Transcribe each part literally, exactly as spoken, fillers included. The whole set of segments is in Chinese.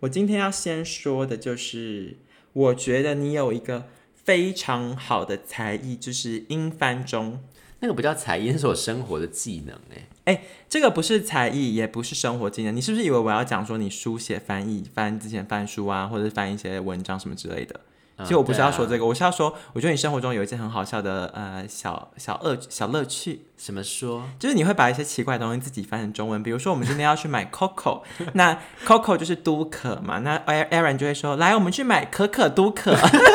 我今天要先说的就是，我觉得你有一个非常好的才艺，就是英翻中。 那个不叫才艺，那是我生活的技能哎。 哎，这个不是才艺，也不是生活技能。你是不是以为我要讲说你书写翻译、翻之前翻书啊，或者是翻一些文章什么之类的？其实我不是要说这个，嗯啊、我是要说，我觉得你生活中有一件很好笑的呃小小乐小乐趣。 怎么说？ 就是你会把一些奇怪的东西自己翻成中文，比如说我们今天要去买 Coco， 那 Coco 就是都可嘛，那 Aaron 就会说，来，我们去买可可都可。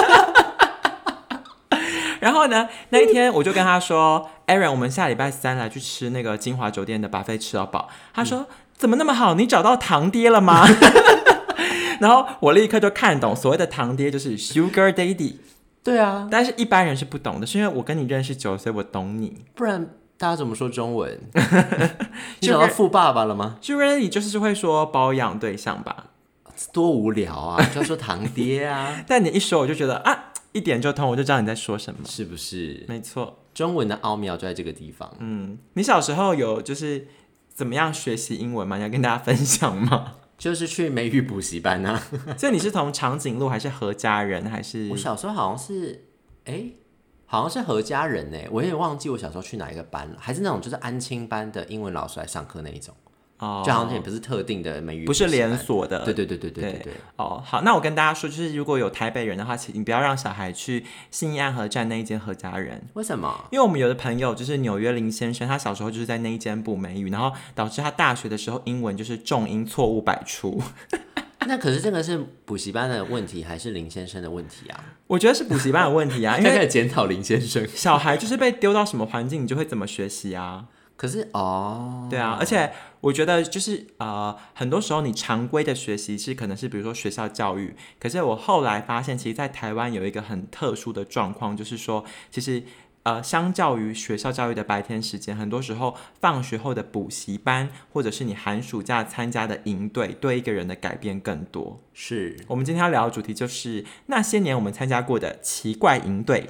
然后呢，那一天我就跟他说 ，Aaron， 我们下礼拜三来去吃那个金华酒店的 buffet 吃到饱。他说、嗯、怎么那么好？你找到堂爹了吗？然后我立刻就看懂，所谓的堂爹就是 Sugar Daddy。 对啊， 但是一般人是不懂的，是因为我跟你认识久，所以我懂你。 不然大家怎么说中文？你找到富爸爸了吗 ？Sugar Daddy 就是会说包养对象吧？ 多无聊啊！就要说堂爹啊。 但你一说，我就觉得啊，一点就通，我就知道你在说什么， 是不是？ 没错， 中文的奥妙就在这个地方。 嗯，你小时候有就是怎么样学习英文吗？你要跟大家分享吗？ 就是去美语补习班啊。 所以你是从长颈鹿还是何家人还是？ 我小時候好像是，哎、欸，好像是何家人哎、欸，我有點忘記我小時候去哪一個班了，還是那種就是安親班的英文老師來上課那一種。哦，就好像也不是特定的美语， 不是連鎖的。 對對對對對對對。 哦，好，那我跟大家說，就是如果有台北人的話，請你不要讓小孩去信義安和站那一間何家人。 為什麼？ 因為我們有的朋友就是紐約林先生，他小時候就是在那一間補美語，然後導致他大學的時候英文就是重音錯誤百出。 那可是這個是補習班的問題，還是林先生的問題啊？ 我覺得是補習班的問題啊，因為開始檢討林先生。 小孩就是被丟到什麼環境，你就會怎麼學習啊。 可是哦， 對啊，而且我覺得就是呃，很多時候你常規的學習是可能是比如說學校教育，可是我後來發現，其實在台灣有一個很特殊的狀況，就是說其實呃，相較於學校教育的白天時間，很多時候放學後的補習班，或者是你寒暑假參加的營隊，對一個人的改變更多。 是我們今天要聊的主題就是那些年我們參加過的奇怪營隊。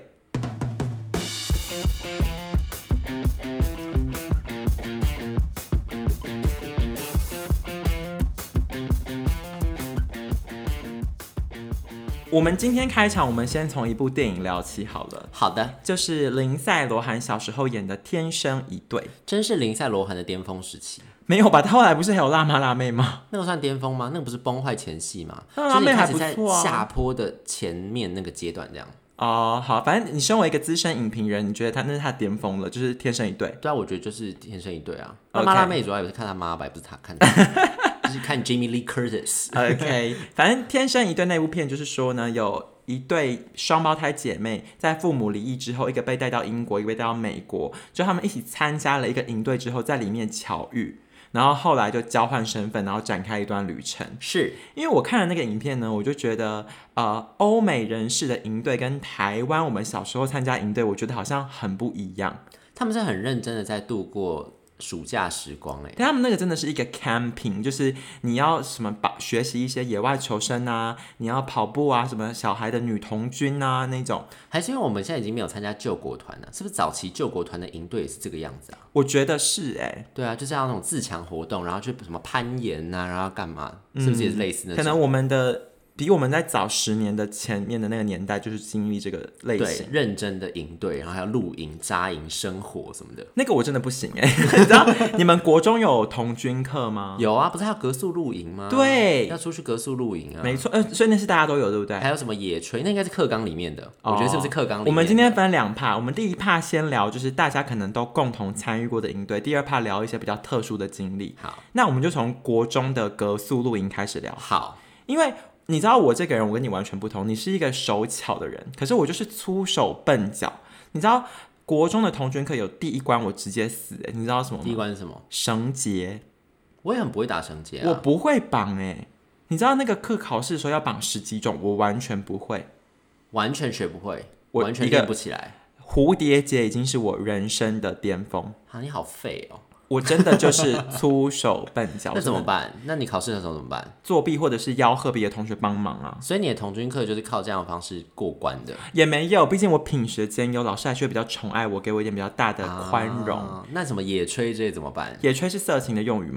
我们今天开场，我们先从一部电影聊起好了。 好的， 就是林赛罗韩小时候演的《天生一对》， 真是林赛罗韩的巅峰时期。 没有吧？他后来不是还有辣妈辣妹吗？ 那个算巅峰吗？那个不是崩坏前戏吗？ 辣妹还不错啊， 就是你开始在下坡的前面那个阶段这样。 哦，好，反正你身为一个资深影评人，你觉得他那是他巅峰了，就是《天生一对》。 对啊，我觉得就是《天生一对》啊。辣妈辣妹主要也是看他妈吧，也不是他看的。就是看 Jamie Lee Curtis。OK， 反正《天生一对》那部片就是说呢，有一对双胞胎姐妹在父母离异之后，一个被带到英国，一个被带到美国，就他们一起参加了一个营队之后，在里面巧遇，然后后来就交换身份，然后展开一段旅程。 是因为我看了那个影片呢，我就觉得呃，欧美人士的营队跟台湾我们小时候参加营队，我觉得好像很不一样。 他们是很认真的在度过暑假时光哎， 但他们那个真的是一个 camping， 就是你要什么学习一些野外求生啊，你要跑步啊，什么小孩的女童军啊那种。 还是因为我们现在已经没有参加救国团了，是不是早期救国团的营队也是这个样子啊？ 我觉得是哎、欸， 对啊，就是要那种自强活动，然后去什么攀岩啊，然后干嘛，是不是也是类似那种？ 可能我们的比我们在早十年的前面的那个年代，就是经历这个类型， 对，认真的营队，然后还有露营、扎营、生活什么的。 那个我真的不行哎、欸，你知道你们国中有童军课吗？ 有啊，不是还有格宿露营吗？ 对， 要出去格宿露营啊， 没错，呃，所以那是大家都有，对不对？ 还有什么野炊，那应该是课纲里面的，哦、我觉得是不是课纲里面的？ 我们今天分两趴，我们第一趴先聊就是大家可能都共同参与过的营队，第二趴聊一些比较特殊的经历。 好， 那我们就从国中的格宿露营开始聊。 好，因为你知道我这个人，我跟你完全不同。你是一个手巧的人，可是我就是粗手笨脚。你知道国中的童军课有第一关我直接死、欸，你知道什么吗？ 第一关是什么？ 绳结。 我也很不会打绳结啊， 我不会绑哎、欸。你知道那个课考试的时候要绑十几种，我完全不会， 完全学不会， 我完全练不起来。 蝴蝶结已经是我人生的巅峰啊！你好废哦。 我真的就是粗手笨脚。 那怎么办？那你考试的时候怎么办？ 作弊或者是邀贺别的同学帮忙啊。 所以你的童军课就是靠这样的方式过关的？ 也没有，毕竟我品学兼优，老师还是会比较宠爱我，给我一点比较大的宽容。 啊、那什么野炊这些怎么办？ 野炊是色情的用语吗？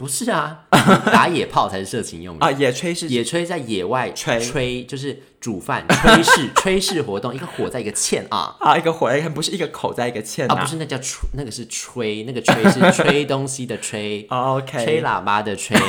不是啊，打野炮才是色情用的啊。野炊是野炊在野外吹吹，就是煮饭炊事炊事活动，一个火在一个欠啊啊，一个火在一个不是一个口在一个欠啊，不是那叫吹，那个是吹，那个吹是吹东西的吹哦、，OK， 吹喇叭的吹。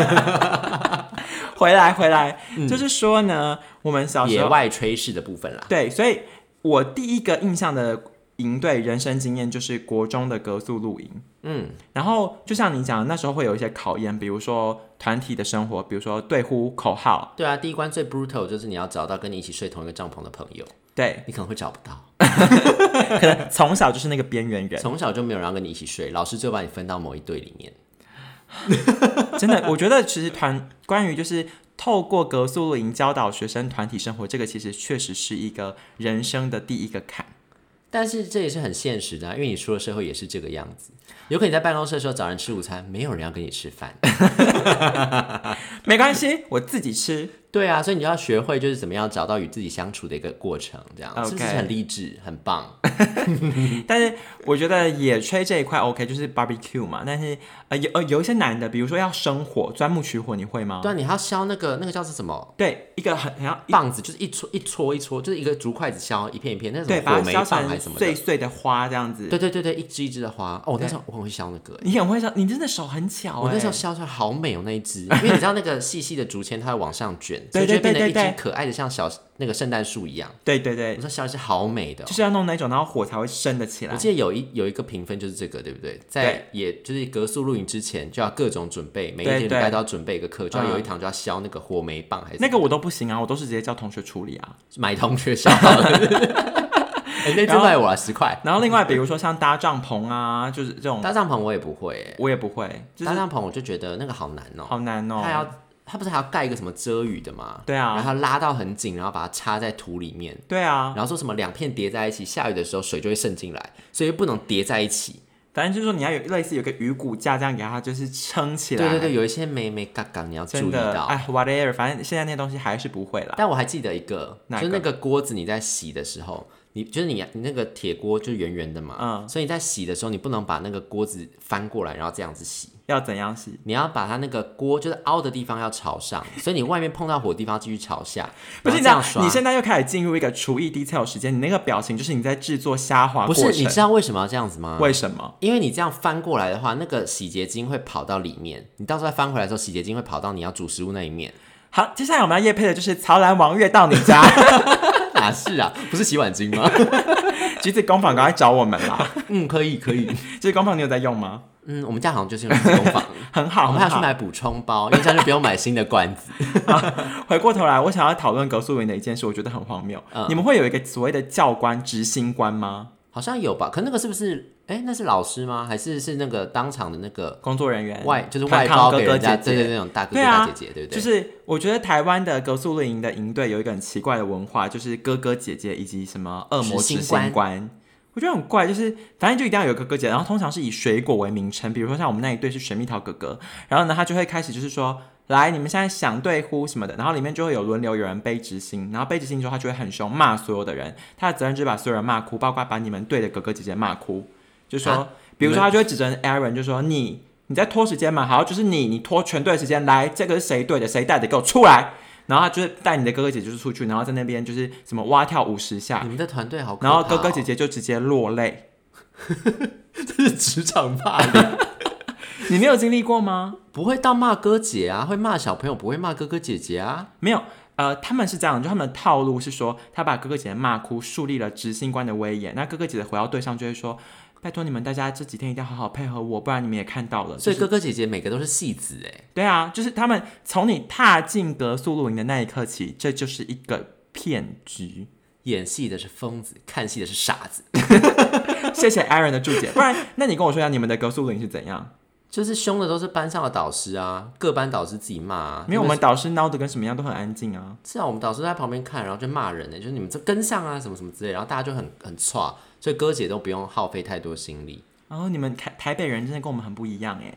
回来回来、嗯，就是说呢，我们小时候野外炊事的部分啦。 对，所以我第一个印象的营队人生经验就是国中的格宿露营。嗯，然后就像你讲的，那时候会有一些考验，比如说团体的生活，比如说对呼口号。 对啊，第一关最 brutal 就是你要找到跟你一起睡同一个帐篷的朋友。 对， 你可能会找不到， 可能从小就是那个边缘人， 从小就没有人要跟你一起睡，老师就把你分到某一队里面。 真的，我觉得其实团关于就是透过格宿露营教导学生团体生活，这个其实确实是一个人生的第一个坎。 但是这也是很现实的、啊，因为你出了社会也是这个样子。有可能你在办公室的时候找人吃午餐，没有人要跟你吃饭， 没关系，我自己吃。 对啊，所以你就要学会就是怎么样找到与自己相处的一个过程，这样、okay. 是不是很励志、很棒？ 但是我觉得野炊这一块 OK， 就是 barbecue 嘛。但是呃有呃有一些难的，比如说要生火、钻木取火，你会吗？ 对啊，你还要削那个那个叫做什么？ 对，一个很很像棒子，就是一撮一撮一撮，就是一个竹筷子削一片一片，那什么火煤棒还是什么的， 碎碎的花这样子。 对对对对，一支一支的花。哦，那时候我很会削那个、欸， 你很会削，你真的手很巧、欸。 我那时候削出来好美哦，那一支，因为你知道那个细细的竹签它会往上卷，所以就变成一支可爱的像小那个圣诞树一样。 对对对， 我说削的是好美的、哦， 就是要弄那种，然后火才会升得起来。 我记得有一有一个评分就是这个，对不对？在也就是格宿露营之前就要各种准备，每一天礼拜都要准备一个课，就要有一堂就要削那个火煤棒还是、 嗯、那个我都不行啊，我都是直接叫同学处理啊， 买同学削好了。哎、欸，那支卖我了十块。 然后另外比如说像搭帐篷啊，就是这种搭帐篷我也不会、欸， 我也不会。就是、 搭帐篷我就觉得那个好难哦、喔， 好难哦、喔。 它要它不是还要盖一个什么遮雨的吗？ 对啊， 然后拉到很紧，然后把它插在土里面。 对啊， 然后说什么两片叠在一起，下雨的时候水就会渗进来，所以不能叠在一起。 反正就是说你要有类似有个鱼骨架这样给它就是撑起来。 对对对，有一些眉眉嘎嘎你要注意到。 哎 ，whatever， 反正现在那些东西还是不会啦。 但我还记得一个，就是那个锅子你在洗的时候。你就是你，你那个铁锅就圆圆的嘛，嗯，所以你在洗的时候，你不能把那个锅子翻过来，然后这样子洗。 要怎样洗？ 你要把它那个锅就是凹的地方要朝上，所以你外面碰到火的地方继续朝下。 不是这样刷。 你现在又开始进入一个厨艺 detail 时间，你那个表情就是你在制作虾滑过程。 不是，你知道为什么要这样子吗？ 为什么？ 因为你这样翻过来的话，那个洗洁精会跑到里面，你到时候再翻回来的时候，洗洁精会跑到你要煮食物那一面。 好，接下来我们要业配的就是曹兰王月到你家。 哪是啊？不是洗碗精吗？ 橘子工坊赶快找我们啦！ 嗯，可以可以。 橘子工坊你有在用吗？ 嗯，我们家好像就是用橘子工坊， 很好。 我们还要去买补充包，因为这样就不用买新的罐子。 回过头来，我想要讨论格宿露营的一件事，我觉得很荒谬。嗯、你们会有一个所谓的教官、执行官吗？ 好像有吧？可那个是不是？哎，那是老师吗？还是是那个当场的那个工作人员外，就是外包给人家， 对对对，那种大哥哥大姐姐，对不对？ 就是我觉得台湾的格宿露营的营队有一个很奇怪的文化，就是哥哥姐姐以及什么恶魔执行官。我觉得很怪，就是反正就一定要有哥哥姐，然后通常是以水果为名称，比如说像我们那一队是水蜜桃哥哥，然后呢他就会开始就是说，来你们现在想对呼什么的，然后里面就会有轮流有人背执行，然后背执行之后他就会很凶骂所有的人，他的责任就是把所有人骂哭，包括把你们队的哥哥姐姐骂哭，就说、啊、比如说他就会指着 Aaron 就说你你在拖时间嘛，好就是你你拖全队的时间，来这个是谁对的谁带的给我出来。然后他就是带你的哥哥姐姐就是出去，然后在那边就是什么蛙跳五十下， 你们的团队好可怕、哦。 然后哥哥姐姐就直接落泪， 这是职场霸凌。 你没有经历过吗？ 不会到骂哥姐啊，会骂小朋友，不会骂哥哥姐姐啊。 没有，呃，他们是这样，就他们的套路是说，他把哥哥姐姐骂哭，树立了执行官的威严。那哥哥姐姐回到队上就会说。拜托你们大家这几天一定要好好配合我，不然你们也看到了。 所以哥哥姐姐每个都是戏子哎。 对啊，就是他们从你踏进格宿露营的那一刻起，这就是一个骗局。 演戏的是疯子，看戏的是傻子。 谢谢 Aaron 的注解。不然，那你跟我说一下你们的格宿露营是怎样？ 就是凶的都是班上的导师啊，各班导师自己骂啊。 没有，我们导师闹得跟什么样都很安静啊。 是啊，我们导师在旁边看，然后就骂人呢、欸，就是你们这跟上啊，什么什么之类，然后大家就很很挫，所以哥姐都不用耗费太多心力。 然后、哦、你们台台北人真的跟我们很不一样哎。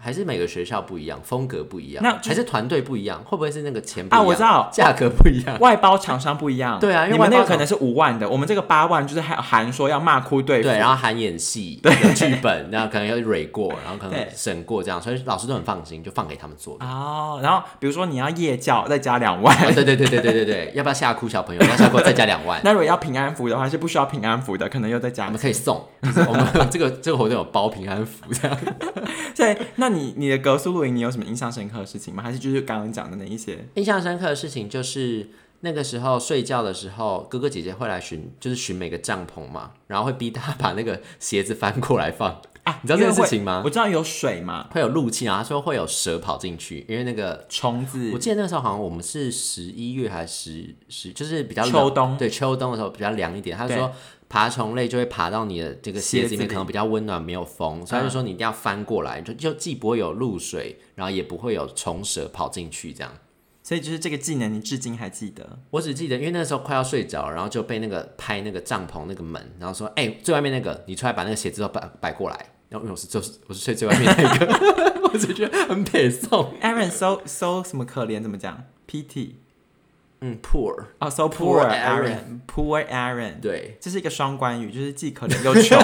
还是每个学校不一样，风格不一样， 那还是团队不一样？会不会是那个钱不一啊？ 样我知道， 价格不一样， 外包厂商不一样。 对啊，因为你们那个可能是五万的，我们这个八万就是还含说要骂哭对付， 对，然后含演戏，有剧本，然后可能要蕊过，然后可能审过这样，所以老师都很放心，就放给他们做的。 哦，然后比如说你要夜教，再加两万。 哦、对对对对对对对，要不要吓哭小朋友？要吓哭再加两万。 那如果要平安符的话，是不需要平安符的，可能又再加。 我们可以送，就是我们这个这个活动有包平安符这样。 对，那你你的格苏露营，你有什么印象深刻的事情吗？还是就是刚刚讲的那一些？ 印象深刻的事情就是那个时候睡觉的时候，哥哥姐姐会来巡，就是巡每个帐篷嘛，然后会逼他把那个鞋子翻过来放。啊，你知道这件事情吗？ 我知道有水嘛， 会有陆气，然后他说会有蛇跑进去，因为那个虫子。 我记得那个时候好像我们是十一月还是十十，就是比较秋冬， 对，秋冬的时候比较凉一点。他说爬虫类就会爬到你的这个鞋子里面，可能比较温暖，没有风，所以他就说你一定要翻过来，就就既不会有露水，然后也不会有虫蛇跑进去这样。 所以就是这个技能，你至今还记得？ 我只记得，因为那时候快要睡着，然后就被那个拍那个帐篷那个门，然后说：“哎、欸，最外面那个，你出来把那个鞋子都摆摆过来。”然后我是就是我是睡最外面那个，我就觉得很北宋。 Aaron so so 什么可怜怎么讲 ？Pity， 嗯 ，poor 哦、oh, ，so poor Aaron poor Aaron， 对， 这是一个双关语，就是既可怜又穷。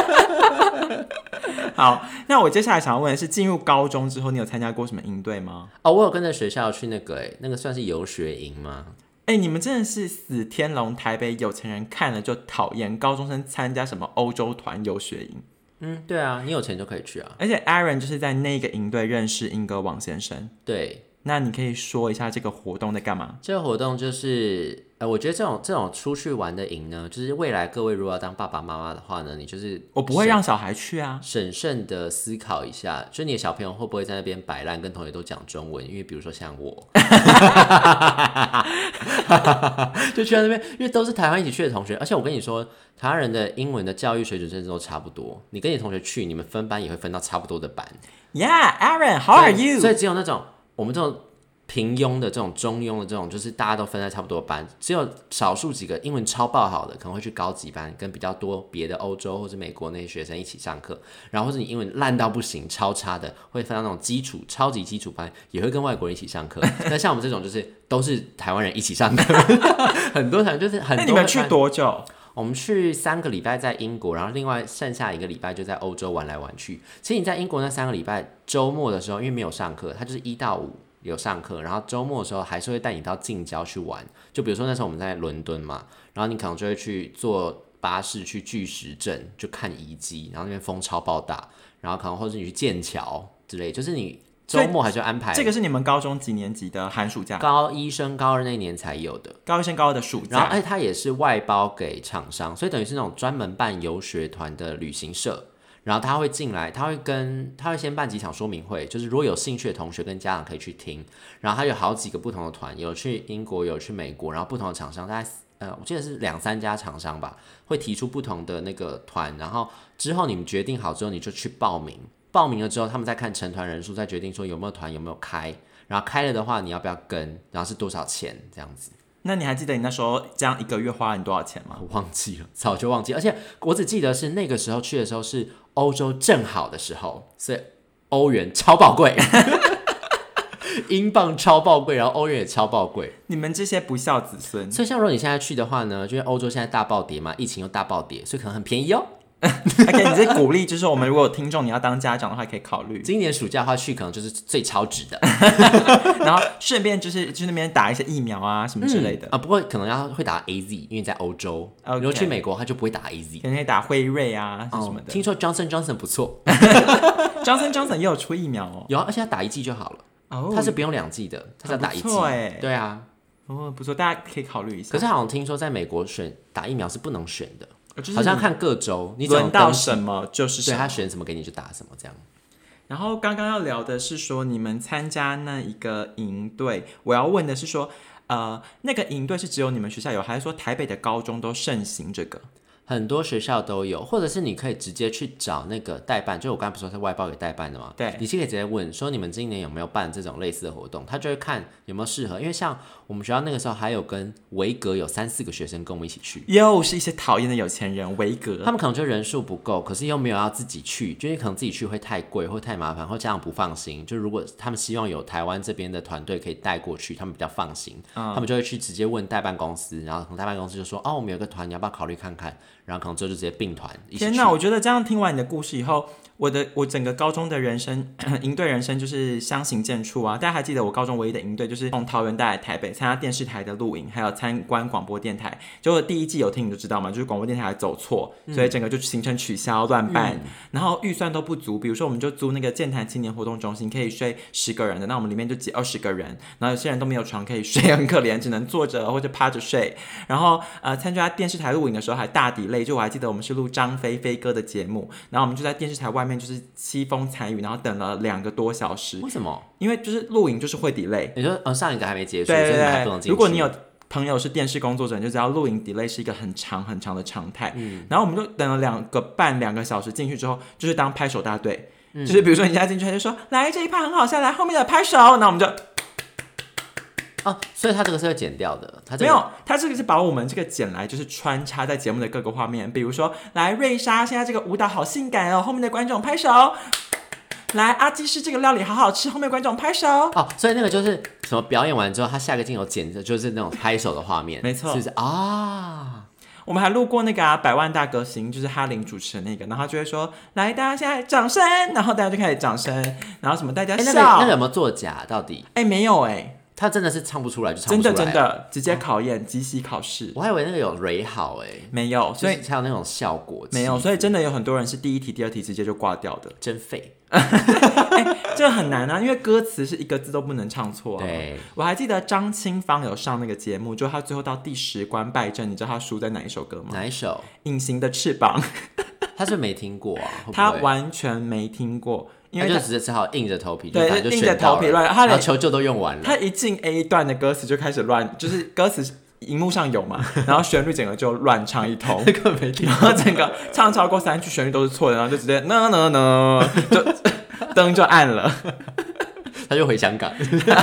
好，那我接下来想要问的是，进入高中之后，你有参加过什么营队吗？ 哦，我有跟着学校去那个，哎，那个算是游学营吗？ 哎、欸，你们真的是死天龙台北有钱人看了就讨厌高中生参加什么欧洲团游学营。 嗯，对啊，你有钱就可以去啊。 而且 Aaron 就是在那个营队认识英歌王先生。 对， 那你可以说一下这个活动在干嘛？ 这个活动就是，呃，我觉得这种这种出去玩的营呢，就是未来各位如果要当爸爸妈妈的话呢，你就是我不会让小孩去啊， 审慎的思考一下，就你的小朋友会不会在那边摆烂，跟同学都讲中文？因为比如说像我，就去到那边，因为都是台湾一起去的同学，而且我跟你说，台湾人的英文的教育水准真的都差不多。你跟你同学去，你们分班也会分到差不多的班。 Yeah, Aaron, how are you? 所以只有那种我们这种平庸的这种中庸的这种，就是大家都分在差不多班，只有少数几个英文超爆好的，可能会去高级班，跟比较多别的欧洲或者美国那些学生一起上课。然后或者你英文烂到不行、超差的，会分到那种基础、超级基础班，也会跟外国人一起上课。那像我们这种就是都是台湾人一起上课，很多台就是很多。那你们去多久？ 我们去三个礼拜在英国，然后另外剩下一个礼拜就在欧洲玩来玩去。其实你在英国那三个礼拜周末的时候，因为没有上课，它就是一到五有上课，然后周末的时候还是会带你到近郊去玩。就比如说那时候我们在伦敦嘛，然后你可能就会去坐巴士去巨石阵，就看遗迹，然后那边风超爆大，然后可能或者你去剑桥之类，就是你周末还是安排。 这个是你们高中几年级的寒暑假？ 高一升高二那年才有的， 高一升高二的暑假。 然后，而且它也是外包给厂商，所以等于是那种专门办游学团的旅行社。然后他会进来，他会跟他会先办几场说明会，就是如果有兴趣的同学跟家长可以去听。然后他有好几个不同的团，有去英国，有去美国，然后不同的厂商，大概呃我记得是两三家厂商吧，会提出不同的那个团。然后之后你们决定好之后，你就去报名。报名了之后，他们再看成团人数，再决定说有没有团有没有开。然后开了的话，你要不要跟？然后是多少钱这样子。 那你还记得你那时候这样一个月花了你多少钱吗？ 我忘记了，早就忘记了。而且我只记得是那个时候去的时候是欧洲正好的时候，所以欧元超宝贵，英镑超宝贵，然后欧元也超宝贵。 你们这些不孝子孙。 所以像如果你现在去的话呢，因为欧洲现在大暴跌嘛，疫情又大暴跌，所以可能很便宜哦。 OK， 你这鼓励就是我们如果有听众你要当家长的话，可以考虑。 今年暑假的话去可能就是最超值的， 然后顺便就是去那边打一些疫苗啊什么之类的、 嗯、啊。不过可能要会打 A Z， 因为在欧洲。Okay. 如果去美国，他就不会打 A Z， 可能会打辉瑞啊什么的、哦。 听说 Johnson Johnson 不错 ，Johnson Johnson 也有出疫苗哦。 有啊，而且他打一剂就好了。哦，他是不用两剂的，他是要打一剂。 欸、 对啊， 哦，不错，大家可以考虑一下。 可是好像听说在美国选打疫苗是不能选的。就是、好像看各州，你轮到什么就是什么， 对他选什么给你就打什么这样。 然后刚刚要聊的是说，你们参加那一个营队，我要问的是说，呃，那个营队是只有你们学校有，还是说台北的高中都盛行这个？ 很多学校都有，或者是你可以直接去找那个代办，就我刚才不是说是外包给代办的吗？ 对， 你是可以直接问说你们今年有没有办这种类似的活动，他就会看有没有适合。因为像我们学校那个时候还有跟维格有三四个学生跟我们一起去， 又是一些讨厌的有钱人，维格， 他们可能就人数不够，可是又没有要自己去，因为可能自己去会太贵或太麻烦，或家长不放心。就如果他们希望有台湾这边的团队可以带过去，他们比较放心，嗯、他们就会去直接问代办公司，然后可能代办公司就说：“哦，我们有个团，你要不要考虑看看？”然后可能之后就直接并团一起去。 天哪，我觉得这样听完你的故事以后，我的我整个高中的人生营队人生就是相形见绌啊！大家还记得我高中唯一的营队就是从桃园带来台北参加电视台的录影，还有参观广播电台。结果第一季有听你就知道嘛，就是广播电台走错，所以整个就行程取消乱办，嗯、然后预算都不足。比如说我们就租那个健谈青年活动中心，可以睡十个人的，那我们里面就挤二十个人，然后有些人都没有床可以睡，很可怜，只能坐着或者趴着睡。然后呃，参加电视台录影的时候还大delay，就我还记得我们是录张飞飞哥的节目，然后我们就在电视台外面就是凄风惨雨，然后等了两个多小时。 为什么？ 因为就是录影就是会 delay。 你说呃上一个还没结束， 对对对， 所以你们还不能进去。 如果你有朋友是电视工作者，你就知道录影 delay 是一个很长很长的常态。嗯，然后我们就等了两个半两个小时，进去之后就是当拍手大队，嗯、就是比如说你现在进去，他就说来这一趴很好笑，来后面的拍手，那我们就。 哦，所以他这个是会剪掉的，他、这个、 没有，他这个是把我们这个剪来，就是穿插在节目的各个画面，比如说，来瑞莎现在这个舞蹈好性感哦，后面的观众拍手；来阿基师这个料理好好吃，后面的观众拍手。 哦，所以那个就是什么表演完之后，他下个镜头剪的就是那种拍手的画面， 没错， 是不是啊？ 我们还录过那个、啊、百万大歌星，就是哈林主持的那个，然后他就会说：“来，大家现在掌声！”然后大家就开始掌声，然后什么大家笑。 欸、那个那个有没有作假？到底？ 哎、欸，没有哎、欸。 他真的是唱不出来就唱不出来， 真的真的直接考验即席考试。 我还以为那个有蕊好哎、欸， 没有，所以才有那种效果。 没有，所以真的有很多人是第一题、第二题直接就挂掉的， 真废。 欸、这很难啊，因为歌词是一个字都不能唱错、啊。 对， 我还记得张清芳有上那个节目，就他最后到第十关败阵，你知道他输在哪一首歌吗？ 哪一首？ 隐形的翅膀。 他是没听过啊，会不会他完全没听过。因为他就只是只好硬着头皮， 对， 就硬着头皮乱，他连求救都用完了。 他一进 A 段的歌词就开始乱，就是歌词荧幕上有嘛，然后旋律整个就乱唱一通， 根本没听， 然后整个唱超过三句旋律都是错的，然后就直接呢呢呢，就灯就暗了， 他就回香港。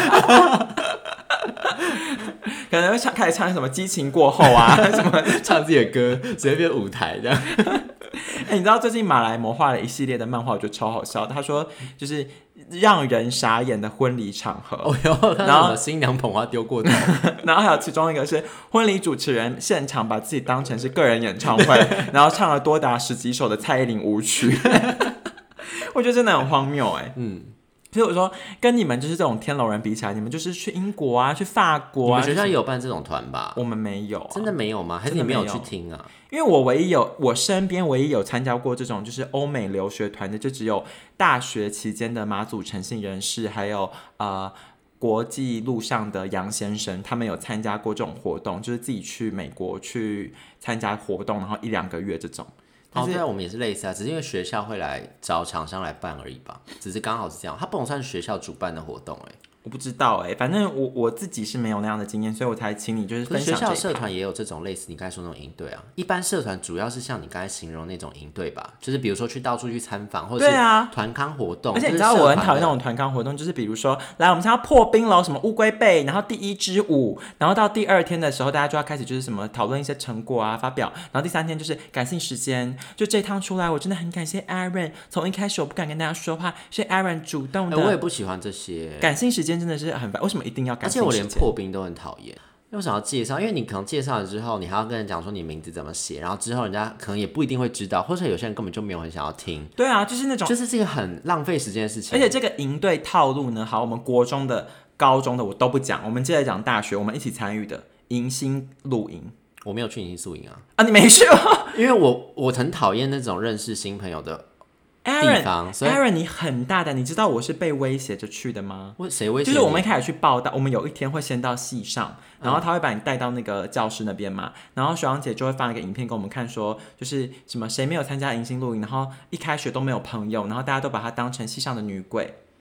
可能会唱开始唱什么激情过后啊，什么唱自己的歌，直接变舞台这样。 哎、欸，你知道最近马来模画了一系列的漫画，我觉得超好笑的。他说就是让人傻眼的婚礼场合， 哦哟，然后新娘捧花丢过头， 然后还有其中一个是婚礼主持人现场把自己当成是个人演唱会，然后唱了多达十几首的蔡依林舞曲，我觉得真的很荒谬哎、欸。嗯。所以我说，跟你们就是这种天龙人比起来，你们就是去英国啊，去法国啊。 你们学校也有办这种团吧？ 我们没有、啊， 真的没有吗？还是你没有去听啊？ 因为我唯一有，我身边唯一有参加过这种就是欧美留学团的，就只有大学期间的马祖诚信人士，还有呃国际路上的杨先生，他们有参加过这种活动，就是自己去美国去参加活动，然后一两个月这种。 哦，对啊，我们也是类似啊，只是因为学校会来找厂商来办而已吧，只是刚好是这样，它不能算是学校主办的活动哎、欸。 我不知道哎、欸，反正我我自己是没有那样的经验，所以我才请你就是分享这一趴。 学校社团也有这种类似你刚才说那种营队啊，一般社团主要是像你刚才形容那种营队吧，就是比如说去到处去参访，或者是团康活动。 而且你知道我很讨厌那种团康活动，就是比如说来我们现在要破冰了，什么乌龟背，然后第一支舞，然后到第二天的时候，大家就要开始就是什么讨论一些成果啊，发表，然后第三天就是感性时间，就这趟出来，我真的很感谢 Aaron， 从一开始我不敢跟大家说话，是 Aaron 主动的。 欸、我也不喜欢这些感性时间，真的是很烦。为什么一定要感性时间？ 而且我连破冰都很讨厌。为什么要介绍？因为你可能介绍了之后，你还要跟人讲说你名字怎么写，然后之后人家可能也不一定会知道，或者有些人根本就没有很想要听。 对啊，就是那种， 就是这个很浪费时间的事情。 而且这个营队套路呢，好，我们国中的、高中的我都不讲，我们接着讲大学，我们一起参与的迎新露营。 我没有去迎新宿营啊， 啊，你没去吗？ 因为我我很讨厌那种认识新朋友的。 Aaron, Aaron 你很大胆，你知道我是被威胁着去的吗？ 谁威胁你？ 就是我们一开始去报道，我们有一天会先到系上，然后他会把你带到那个教室那边嘛，然后学长姐就会放一个影片给我们看说，就是什么谁没有参加迎新露营，然后一开学都没有朋友，然后大家都把她当成系上的女鬼。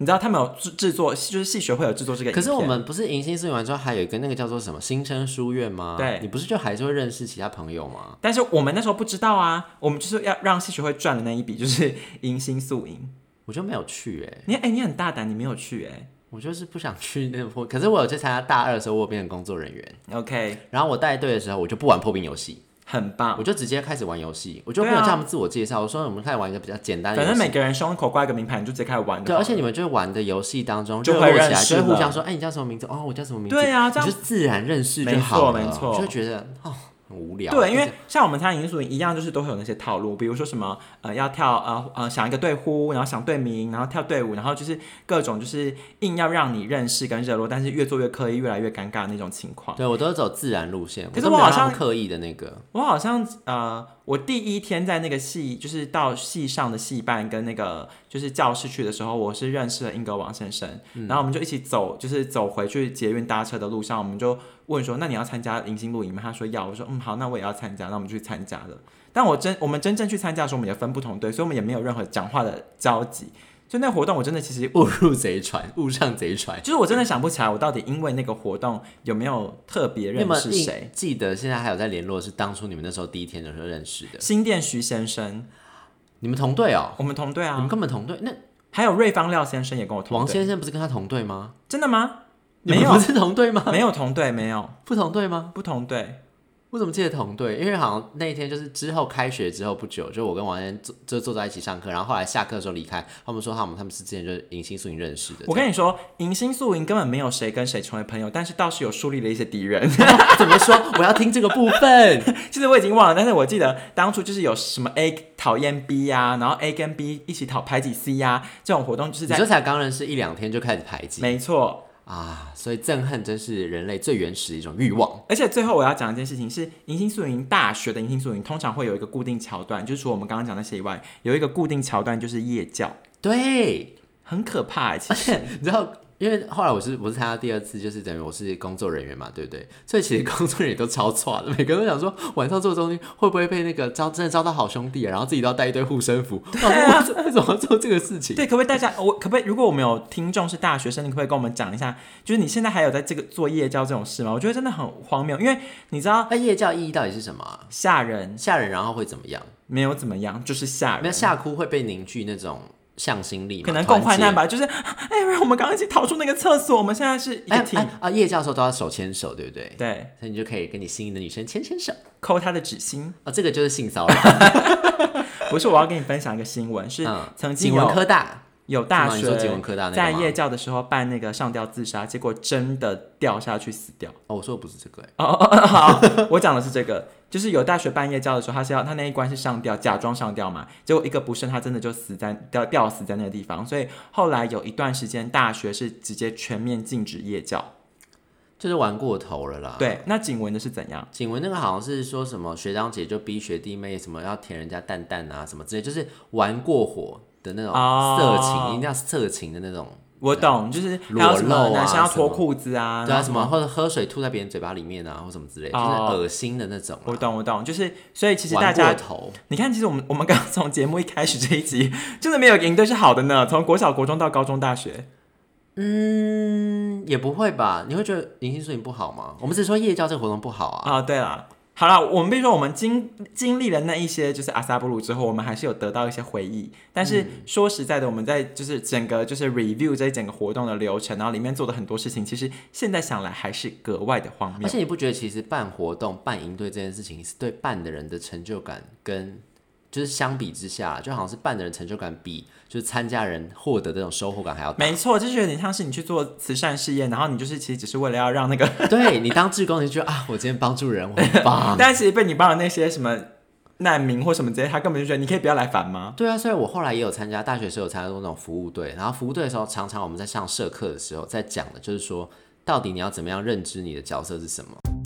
你知道他们有制作，就是系学会有制作这个影片。 可是我们不是迎新宿营完之后，还有一个那个叫做什么新生书院吗？ 对， 你不是就还是会认识其他朋友吗？ 但是我们那时候不知道啊，我们就是要让系学会赚的那一笔，就是迎新宿营。 我就没有去哎、欸， 你哎、欸，你很大胆，你没有去哎、欸。 我就是不想去那个，可是我有去参加大二的时候，我有变成工作人员。 OK， 然后我带队的时候，我就不玩破冰游戏。 很棒， 我就直接开始玩游戏，我就没有叫他们自我介绍，啊、我说我们开始玩一个比较简单的游戏， 反正每个人胸口挂一个名牌，你就直接开始玩。 对，而且你们就是玩的游戏当中就会认识， 就会互相说，哎、欸，你叫什么名字？哦，我叫什么名字？ 对啊，这样你就自然认识就好了， 没错，没错， 就会觉得哦。很无聊， 对，因为像我们参加迎新宿营一样，就是都会有那些套路，比如说什么呃要跳呃呃想一个队呼，然后想队名，然后跳队伍，然后就是各种就是硬要让你认识跟热络，但是越做越刻意，越来越尴尬的那种情况。 对，我都是走自然路线， 可是我好像刻意的那个， 我好像呃，我第一天在那个系，就是到系上的系办跟那个就是教室去的时候，我是认识了英格王先生，嗯、然后我们就一起走，就是走回去捷运搭车的路上，我们就问说，那你要参加迎新露营吗？他说要，我说嗯好，那我也要参加，那我们就去参加了。但我真我们真正去参加的时候，我们也分不同队，所以我们也没有任何讲话的交集。就那活动，我真的其实误入贼船，误上贼船。 就是我真的想不起来，我到底因为那个活动有没有特别认识谁？ 记得现在还有在联络，是当初你们那时候第一天的时候认识的。 新店徐先生， 你们同队哦？ 我们同队啊， 你们根本同队。那还有瑞芳廖先生也跟我同队。 王先生不是跟他同队吗？ 真的吗？ 没有，不是同队吗？ 没有同队，没有不同队吗？ 不同队。 我怎么记得同队？因为好像那一天就是之后开学之后不久，就我跟王先生就坐在一起上课，然后后来下课的时候离开，他们说他们他们是之前就是迎新宿营认识的。 我跟你说，迎新宿营根本没有谁跟谁成为朋友，但是倒是有树立了一些敌人。 怎么说？我要听这个部分。 其实我已经忘了，但是我记得当初就是有什么 A 讨厌 B 呀、啊，然后 A 跟 B 一起讨排挤 C 呀、啊，这种活动就是在你说才刚认识一两天就开始排挤， 没错。 啊，所以憎恨真是人类最原始的一种欲望。 而且最后我要讲一件事情是，迎新宿营大学的迎新宿营通常会有一个固定桥段，就是除了我们刚刚讲那些以外，有一个固定桥段就是夜教， 对， 很可怕、欸。其实而且你知道，因为后来我是我是参加第二次，就是等于我是工作人员嘛，对不对？所以其实工作人员都超错的，每个人都想说晚上做中心会不会被那个招真的招到好兄弟、啊，然后自己都要带一堆护身符。对啊，为什么要做这个事情？ 对，可不可以大家我可不可以？如果我们有听众是大学生，你可不可以跟我们讲一下，就是你现在还有在这个做夜教这种事吗？我觉得真的很荒谬，因为你知道， 那夜教意义到底是什么、啊？ 吓人， 吓人，然后会怎么样？ 没有怎么样，就是吓人。 那吓哭会被凝聚那种。向心力嘛， 可能共患难吧，就是哎，我们刚刚一起逃出那个厕所，我们现在是一个 team、 哎哎、啊，夜教的时候都要手牵手，对不对？ 对， 所以你就可以跟你心仪的女生牵牵手， 抠她的指心。 哦，这个就是性骚扰。 不是，我要跟你分享一个新闻，是曾经有、 嗯、景文科大有大学在夜教教的时候办那个上吊自杀，结果真的掉下去死掉。 哦，我说的不是这个、欸， 哦哦哦，好，我讲的是这个。就是有大学办夜教的时候，他是要他那一关是上吊，假装上吊嘛，结果一个不慎，他真的就死在吊吊死在那个地方。所以后来有一段时间，大学是直接全面禁止夜教， 就是玩过头了啦。 对，那景文的是怎样？ 景文那个好像是说什么学长姐就逼学弟妹什么要舔人家蛋蛋啊什么之类，就是玩过火的那种色情，哦、一定要色情的那种。 我懂，就是还有什么男生要脱裤子啊， 对啊，什么或者喝水吐在别人嘴巴里面啊，或什么之类，哦、就是恶心的那种。 我懂，我懂，就是所以其实大家， 玩过头你看，其实我们我们刚从节目一开始这一集，真的没有营队是好的呢，从国小、国中到高中、大学。 嗯，也不会吧？你会觉得迎新宿营不好吗？我们只是说夜教这个活动不好啊。 啊，对啦。好了，我们比如说我们经经历了那一些就是阿萨布鲁之后，我们还是有得到一些回忆。但是说实在的，我们在就是整个就是 review 这一整个活动的流程，然后里面做的很多事情，其实现在想来还是格外的荒谬。 而且你不觉得其实办活动、办营队这件事情，是对办的人的成就感跟就是相比之下，就好像是办的人成就感比就是参加人获得的这种收获感还要大。 没错，就是有点像是你去做慈善事业，然后你就是其实只是为了要让那个对你当志工，你就觉得啊，我今天帮助人，我很棒。 但其实被你帮的那些什么难民或什么之类，他根本就觉得你可以不要来烦吗？ 对啊，所以我后来也有参加大学时候有参加过那种服务队，然后服务队的时候，常常我们在上社课的时候在讲的就是说，到底你要怎么样认知你的角色是什么。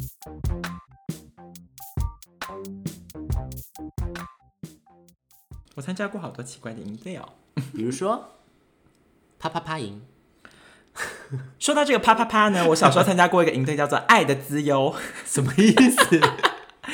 我参加过好多奇怪的营队哦， 比如说啪啪啪营。 说到这个啪啪啪呢，我小时候参加过一个营队叫做爱的资优， 什么意思？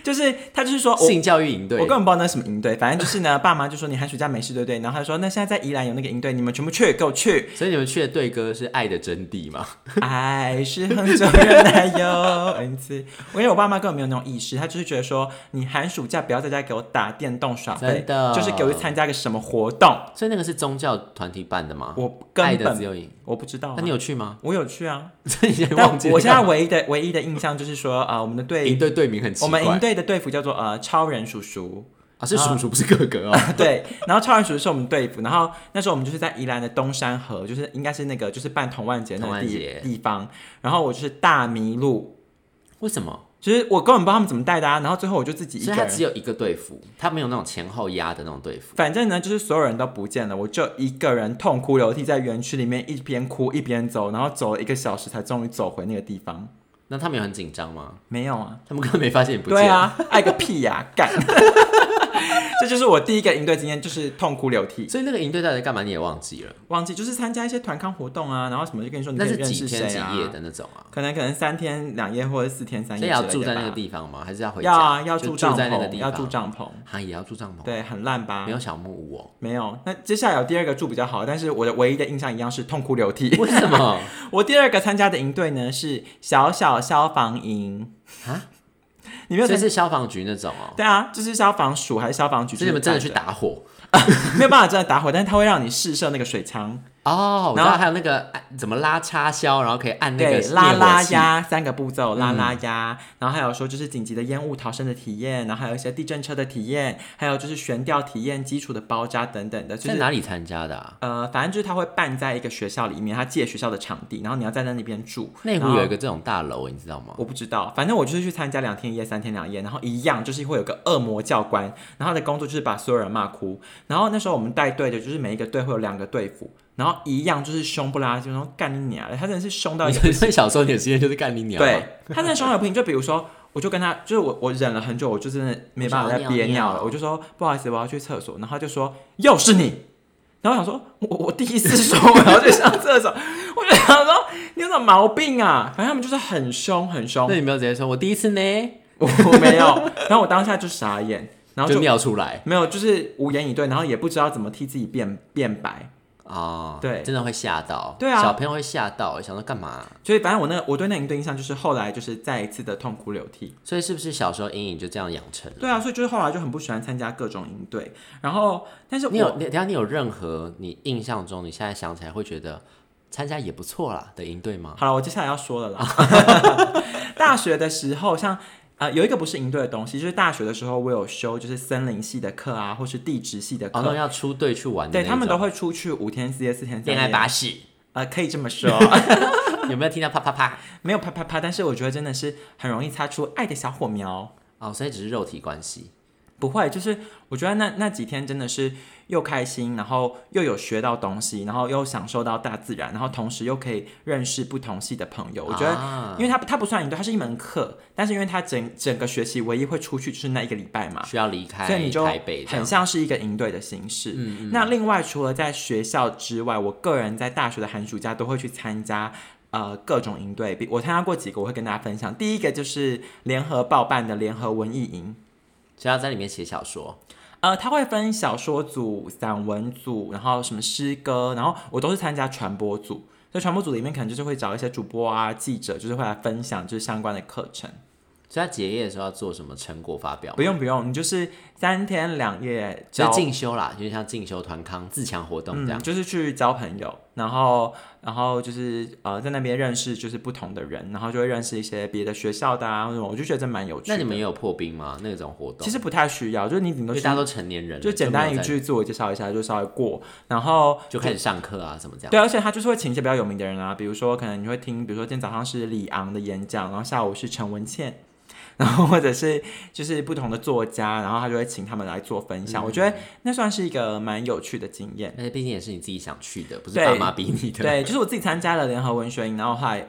就是他就是说性教育营队， 我根本不知道那是什么营队，反正就是呢，爸妈就说你寒暑假没事对不对？然后他说那现在在宜兰有那个营队，你们全部去，给我去。 所以你们去的队歌是《爱的真谛》吗？ 爱是衡中人奶油恩赐。因为我爸妈根本没有那种意识，他就是觉得说你寒暑假不要在家给我打电动耍废， 真的就是给我去参加个什么活动。 所以那个是宗教团体办的吗？ 我根本爱的自由营， 我不知道、啊。 那你有去吗？ 我有去啊， 所以你忘记了。 我现在唯一的唯一的印象就是说啊、呃，我们的队营队队名很奇怪， 我们营队的队服叫做呃超人叔叔。 啊，是叔叔不是哥哥哦。 对，然后超人叔叔是我们队服，然后那时候我们就是在宜兰的东山河，就是应该是那个就是办童万节那个地地方，然后我就是大迷路。 为什么？ 就是我根本不知道他们怎么带的啊，然后最后我就自己一个人， 所以他只有一个队服，他没有那种前后压的那种队服。 反正呢，就是所有人都不见了，我就一个人痛哭流涕在园区里面，一边哭一边走，然后走了一个小时才终于走回那个地方。 那他们有很紧张吗？ 没有啊， 他们根本没发现你不见。 对啊，爱个屁呀、啊，干！这就是我第一个营队经验，就是痛哭流涕。 所以那个营队到底在干嘛？你也忘记了？ 忘记就是参加一些团康活动啊，然后什么就跟你说你可以认识谁啊？ 那是几天几夜的那种啊？ 可能可能三天两夜或者四天三夜。 所以要住在那个地方吗？还是要回家？ 要啊，要住帐篷， 在那个地方， 要住帐篷。 啊，也要住帐篷？ 对，很烂吧？ 没有小木屋哦。 没有。那接下来有第二个住比较好，但是我的唯一的印象一样是痛哭流涕。 为什么？ 我第二个参加的营队呢是小小消防营啊。你没有？ 这是消防局那种哦。 对啊，就是消防署还是消防局？ 所以你们真的去打火？ 没有办法真的打火，但是它会让你试射那个水枪。 哦，我知道还有那个怎么拉插销，然后可以按那个对拉拉压三个步骤，拉拉压、嗯，然后还有说就是紧急的烟雾逃生的体验，然后还有一些地震车的体验，还有就是悬吊体验、基础的包扎等等的。就是、 在哪里参加的啊？ 呃，反正就是他会办在一个学校里面，他借学校的场地，然后你要在那里边住。 内湖有一个这种大楼，你知道吗？ 我不知道，反正我就是去参加两天一夜、三天两夜，然后一样就是会有个恶魔教官，然后他的工作就是把所有人骂哭。然后那时候我们带队的就是每一个队会有两个队服。然后一样就是凶不拉几，然后干你娘的，他真的是凶到一个。 你小时候你的经验就是干你娘。 对，他真的凶到不行。就比如说，我就跟他，就是我我忍了很久，我就真的没办法再憋尿了，我, 我就说不好意思，我要去厕所。然后他就说又是你。然后我想说，我我第一次说我要去上厕所，我就想说你有什么毛病啊？反正他们就是很凶很凶。 那你没有直接说我第一次呢？ 我我没有。然后我当下就傻眼，然后 就, 就尿出来， 没有，就是无言以对，然后也不知道怎么替自己辩辩白。 哦， 对， 真的会吓到， 对啊， 小朋友会吓到，想说干嘛？ 所以反正我那个我对那营队印象就是后来就是再一次的痛哭流涕。 所以是不是小时候阴影就这样养成了？ 对啊，所以就是后来就很不喜欢参加各种营队。然后，但是我你有，等一下你有任何你印象中你现在想起来会觉得参加也不错啦的营队吗？ 好了，我接下来要说了啦。大学的时候，像。呃，有一个不是营队的东西，就是大学的时候我有修就是森林系的课啊，或是地质系的课， 哦，那要出队去玩的那种。 对，他们都会出去五天四夜、四天三夜。 恋爱巴士， 呃，可以这么说。 有没有听到啪啪啪？ 没有啪啪啪，但是我觉得真的是很容易擦出爱的小火苗。 哦，所以只是肉体关系。 不会，就是我觉得那那几天真的是又开心，然后又有学到东西，然后又享受到大自然，然后同时又可以认识不同系的朋友。我觉得，啊、因为它它不算营队，它是一门课，但是因为它整整个学期唯一会出去就是那一个礼拜嘛， 需要离开， 所以你就台北， 很像是一个营队的形式。 嗯嗯， 那另外除了在学校之外，我个人在大学的寒暑假都会去参加。呃，各种营队，我参加过几个，我会跟大家分享。第一个就是联合报办的联合文艺营。 就要在里面写小说， 呃，他会分小说组、散文组，然后什么诗歌，然后我都是参加传播组。所以传播组里面可能就是会找一些主播啊、记者，就是会来分享就是相关的课程。 所以他结业的时候要做什么成果发表？ 不用不用，你就是三天两夜， 就是进修啦，就是像进修团康、自强活动这样、 嗯，就是去交朋友，然后然后就是呃在那边认识就是不同的人，然后就会认识一些别的学校的啊，我就觉得这蛮有趣的。 那你们也有破冰吗？那种活动其实不太需要，就是你顶多因为大家都成年人了， 就简单一句自我介绍一下，就稍微过，然后就开始上课啊什么这样。 对，而且他就是会请一些比较有名的人啊，比如说可能你会听，比如说今天早上是李昂的演讲，然后下午是陈文茜。然后或者是就是不同的作家，然后他就会请他们来做分享、嗯、我觉得那算是一个蛮有趣的经验， 而且毕竟也是你自己想去的，不是爸妈逼你的。 对，就是我自己参加了联合文学营，然后后来啊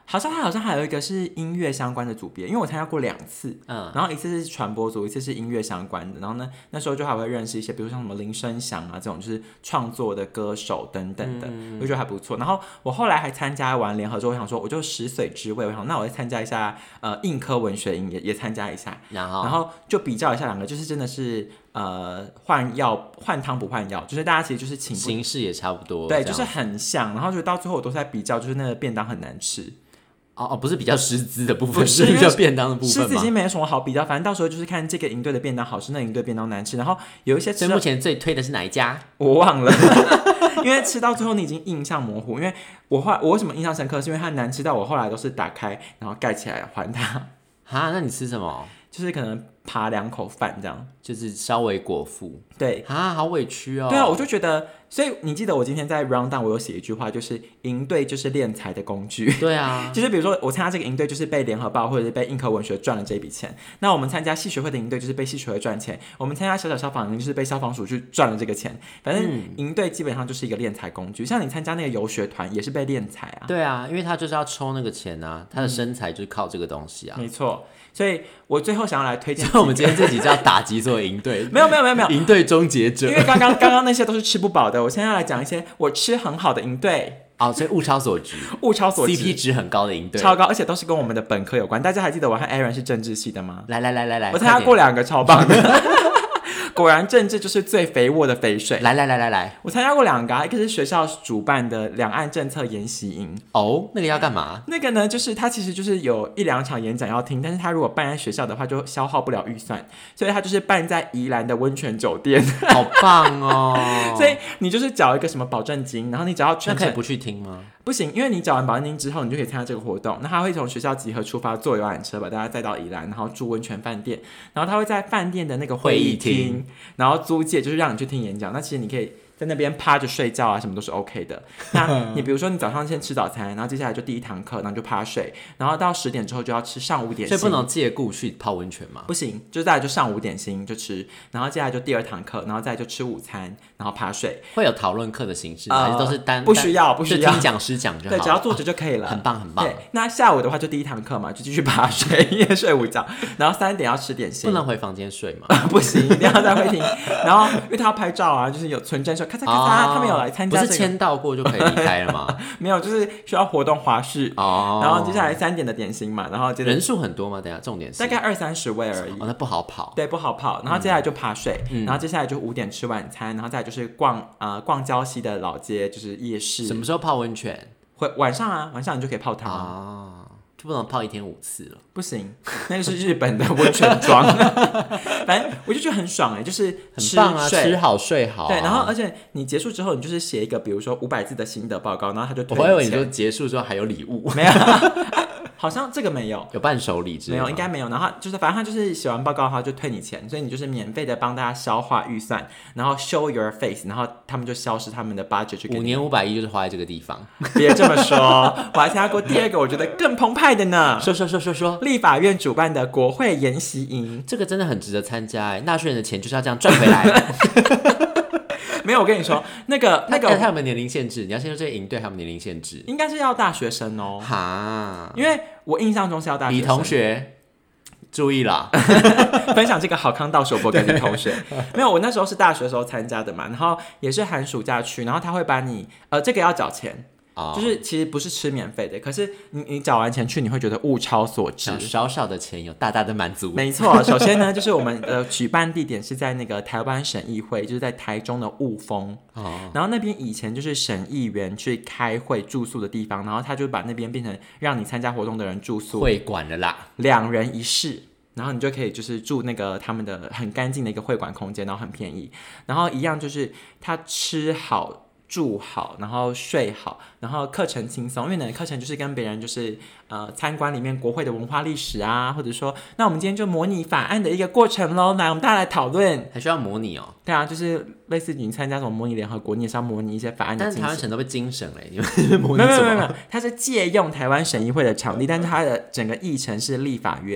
好像他好像还有一个是音乐相关的组别，因为我参加过两次， 嗯， 然后一次是传播组，一次是音乐相关的。然后呢，那时候就还会认识一些，比如像什么林生祥啊这种就是创作的歌手等等的，嗯、我觉得还不错。然后我后来还参加完联合之后，我想说我就食髓知味，我想那我再参加一下呃硬科文学营也也参加一下， 然后然后就比较一下两个，就是真的是呃换药换汤不换药，就是大家其实就是请形式也差不多， 对，就是很像。然后就到最后我都在比较，就是那个便当很难吃。 哦哦，不是比较师资的部分，是比较便当的部分吗？ 师资已经没有什么好比较，反正到时候就是看这个营队的便当好吃，那营队便当难吃。然后有一些吃， 所以目前最推的是哪一家？ 我忘了，因为吃到最后你已经印象模糊。因为我后来我为什么印象深刻，是因为它难吃到我后来都是打开然后盖起来还它。 哈，那你吃什么？ 就是可能扒两口饭这样， 就是稍微果腹。 对啊，好委屈哦。 对啊，我就觉得，所以你记得我今天在 round down 我有写一句话，就是营队就是敛财的工具。 对啊， 就是比如说我参加这个营队，就是被联合报或者是被硬科文学赚了这笔钱。那我们参加系学会的营队，就是被系学会赚钱。我们参加小小消防营，就是被消防署去赚了这个钱。反正营队基本上就是一个敛财工具。像你参加那个游学团，也是被敛财啊。 对啊，因为他就是要抽那个钱啊，他的身材就是靠这个东西啊。 没错。所以我最后想要来推荐， 所以我们今天这集是要打击所有营队， 没有没有没有没有营队终结者， 因为刚刚刚刚那些都是吃不饱的，我现在要来讲一些我吃很好的营队。 哦，所以物超所值， 物超所值 ，C P 值很高的营队， 超高，而且都是跟我们的本科有关。大家还记得我和 Aaron 是政治系的吗？ 来来来来来， 我参加过两个超棒的。果然政治就是最肥沃的肥水。 来来来来来， 我参加过两个、啊，一个是学校主办的两岸政策研习营。 哦，那个要干嘛？ 那个呢，就是他其实就是有一两场演讲要听，但是他如果办在学校的话，就消耗不了预算，所以他就是办在宜兰的温泉酒店。 好棒哦！ 所以你就是缴一个什么保证金，然后你只要全程， 那可以不去听吗？ 不行，因为你缴完保证金之后，你就可以参加这个活动。那他会从学校集合出发，坐游览车把大家载到宜兰，然后住温泉饭店，然后他会在饭店的那个会议厅，然后租借就是让你去听演讲。那其实你可以在那边趴着睡觉啊，什么都是 OK 的。那你比如说你早上先吃早餐，然后接下来就第一堂课，然后就趴睡，然后到十点之后就要吃上午点心。 所以不能借故去泡温泉吗？ 不行，就再来就上午点心就吃，然后接下来就第二堂课，然后再来就吃午餐，然后趴睡。 会有讨论课的形式吗？ 呃、 还是都是单？ 不需要，不需要， 就听讲师讲就好。 对，只要坐着就可以了。 哦、很棒，很棒。 对，那下午的话就第一堂课嘛，就继续趴睡，夜睡午觉，然后三点要吃点心。 不能回房间睡吗？ 不行，一定要在会厅。然后因为他要拍照啊，就是有存证说咔嚓咔嚓，哦、他们有来参加、这个。 不是签到过就可以离开了吗？ 没有，就是需要活动华视。哦。然后接下来三点的点心嘛，然后接着人数很多吗？等一下重点是大概二三十位而已。 哦，那不好跑。 对，不好跑。然后接下来就趴睡， 嗯、 然后接下来就五点吃晚餐，然后再来就是逛呃逛礁溪的老街，就是夜市。 什么时候泡温泉？ 会晚上啊，晚上你就可以泡汤啊。 哦，就不能泡一天五次了。 不行，那个是日本的温泉庄。反正我就觉得很爽哎、欸，就是吃很棒啊，吃好睡好、啊。 对，然后而且你结束之后，你就是写一个比如说五百字的心得报告，然后他就推我以为你说结束之后还有礼物， 没有。好像这个没有， 有伴手礼之类的， 没有，应该没有。然后就是反正他就是写完报告，他就退你钱，所以你就是免费的帮大家消化预算，然后 show your face， 然后他们就消失他们的 budget 去给你。 五年五百亿就是花在这个地方， 别这么说。我还参加过第二个，我觉得更澎湃的呢。 说说说说说， 立法院主办的国会研习营， 这个真的很值得参加哎，纳税人的钱就是要这样赚回来。 没有，我跟你说，那个那个， 他有没有年龄限制？你要先说这个营队还有没有年龄限制？ 应该是要大学生哦。 哈， 因为我印象中是要大学生。 李同学，注意啦！ 分享这个好康到手播给李同学。没有，我那时候是大学的时候参加的嘛，然后也是寒暑假去，然后他会把你，呃，这个要缴钱。就是其实不是吃免费的，可是你你缴完钱去，你会觉得物超所值， 少少的钱有大大的满足。 没错，首先呢，就是我们的举办地点是在那个台湾省议会，就是在台中的雾峰。哦。然后那边以前就是省议员去开会住宿的地方，然后他就把那边变成让你参加活动的人住宿会馆了啦， 两人一室。然后你就可以就是住那个他们的很干净的一个会馆空间，然后很便宜。然后一样就是他吃好。住好，然后睡好，然后课程轻松，因为你的课程就是跟别人就是呃参观里面国会的文化历史啊，或者说，那我们今天就模拟法案的一个过程咯，来我们大家来讨论， 还需要模拟哦。 对啊，就是类似你参加什么模拟联合国，你也是要模拟一些法案的进行。 但是台湾省都被精省了，你们模拟什么？ 没有没有没有，它是借用台湾省议会的场地，但是它的整个议程是立法院。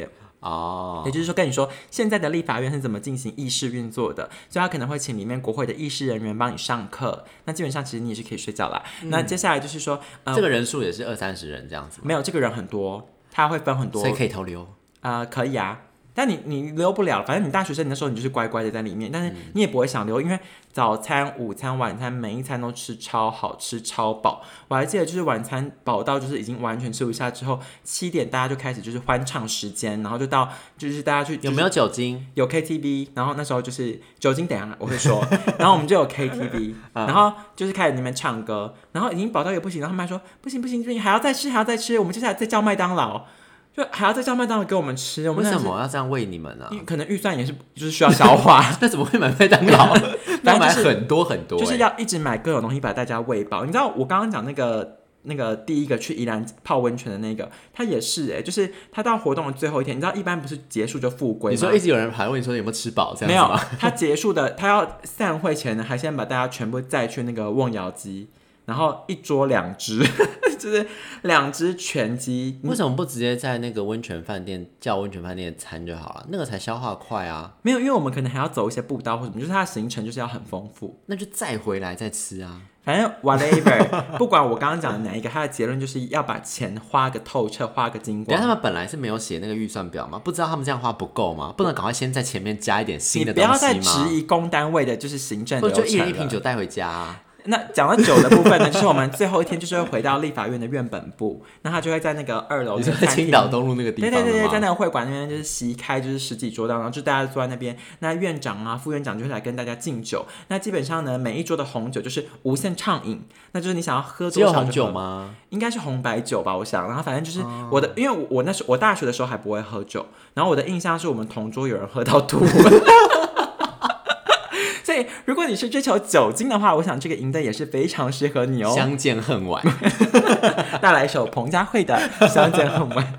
哦， 也就是说跟你说现在的立法院是怎么进行议事运作的，所以他可能会请里面国会的议事人员帮你上课。那基本上其实你也是可以睡觉啦。嗯、那接下来就是说， 呃，这个人数也是二三十人这样子吗？ 没有，这个人很多，他会分很多， 所以可以投留。 呃，可以啊。但你你留不了，反正你大学生，你那时候你就是乖乖的在里面，但是你也不会想留，因为早餐、午餐、晚餐每一餐都吃超好吃、超饱。我还记得就是晚餐饱到就是已经完全吃不下之后，七点大家就开始就是欢唱时间，然后就到就是大家去、就是、 有没有酒精？ 有 K T V， 然后那时候就是酒精，等一下我会说，然后我们就有 K T V， 然后就是开始那边唱歌，然后已经饱到也不行，然后他们还说不行不行不行，还要再吃还要再吃，我们接下来再叫麦当劳。就还要再叫麦当劳给我们吃，我们为什么要这样喂你们呢、啊？ 可能预算也是就是需要消化， 那怎么会买麦当劳？要买很多很多、欸， 就是要一直买各种东西把大家喂饱。你知道我刚刚讲那个那个第一个去宜兰泡温泉的那个，他也是哎、欸，就是他到活动的最后一天，你知道一般不是结束就复归吗？ 你说一直有人还问你说有没有吃饱这样子吗？ 没有，他结束的他要散会前呢，还先把大家全部载去那个瓮窑鸡。然后一桌两只，就是两只全鸡。 为什么不直接在那个温泉饭店叫温泉饭店的餐就好了？那个才消化快啊。 没有，因为我们可能还要走一些步道或什么，就是它的行程就是要很丰富。 那就再回来再吃啊。 反正 whatever， 不管我刚刚讲的哪一个，它的结论就是要把钱花个透彻，花个精光。 他们本来是没有写那个预算表吗？不知道他们这样花不够吗？不能赶快先在前面加一点新的东西吗？ 你不要再质疑公单位的就是行政流程了， 就一人一瓶酒带回家啊。 那讲到酒的部分呢，就是我们最后一天就是会回到立法院的院本部，那他就会在那个二楼， 你说在青岛东路那个地方， 对对对对，在那个会馆那边就是席开，就是十几桌档，然后就大家坐在那边，那院长啊、副院长就会来跟大家敬酒。那基本上呢，每一桌的红酒就是无限畅饮，那就是你想要喝多少就喝。 只有红酒吗？ 应该是红白酒吧，我想。然后反正就是我的，哦、因为我我那时我大学的时候还不会喝酒，然后我的印象是我们同桌有人喝到吐。所以，如果你是追求酒精的话，我想这个营队也是非常适合你哦。 相见恨晚， 带来一首彭佳慧的《相见恨晚》。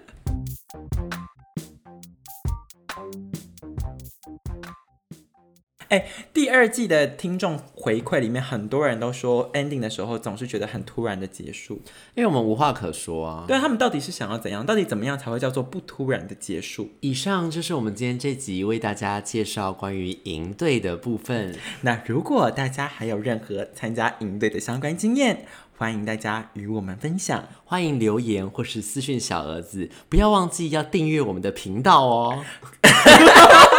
哎，第二季的听众回馈里面，很多人都说 ending 的时候总是觉得很突然的结束， 因为我们无话可说啊。 对啊，他们到底是想要怎样？到底怎么样才会叫做不突然的结束？ 以上就是我们今天这集为大家介绍关于营队的部分。 那如果大家还有任何参加营队的相关经验，欢迎大家与我们分享， 欢迎留言或是私讯小儿子，不要忘记要订阅我们的频道哦。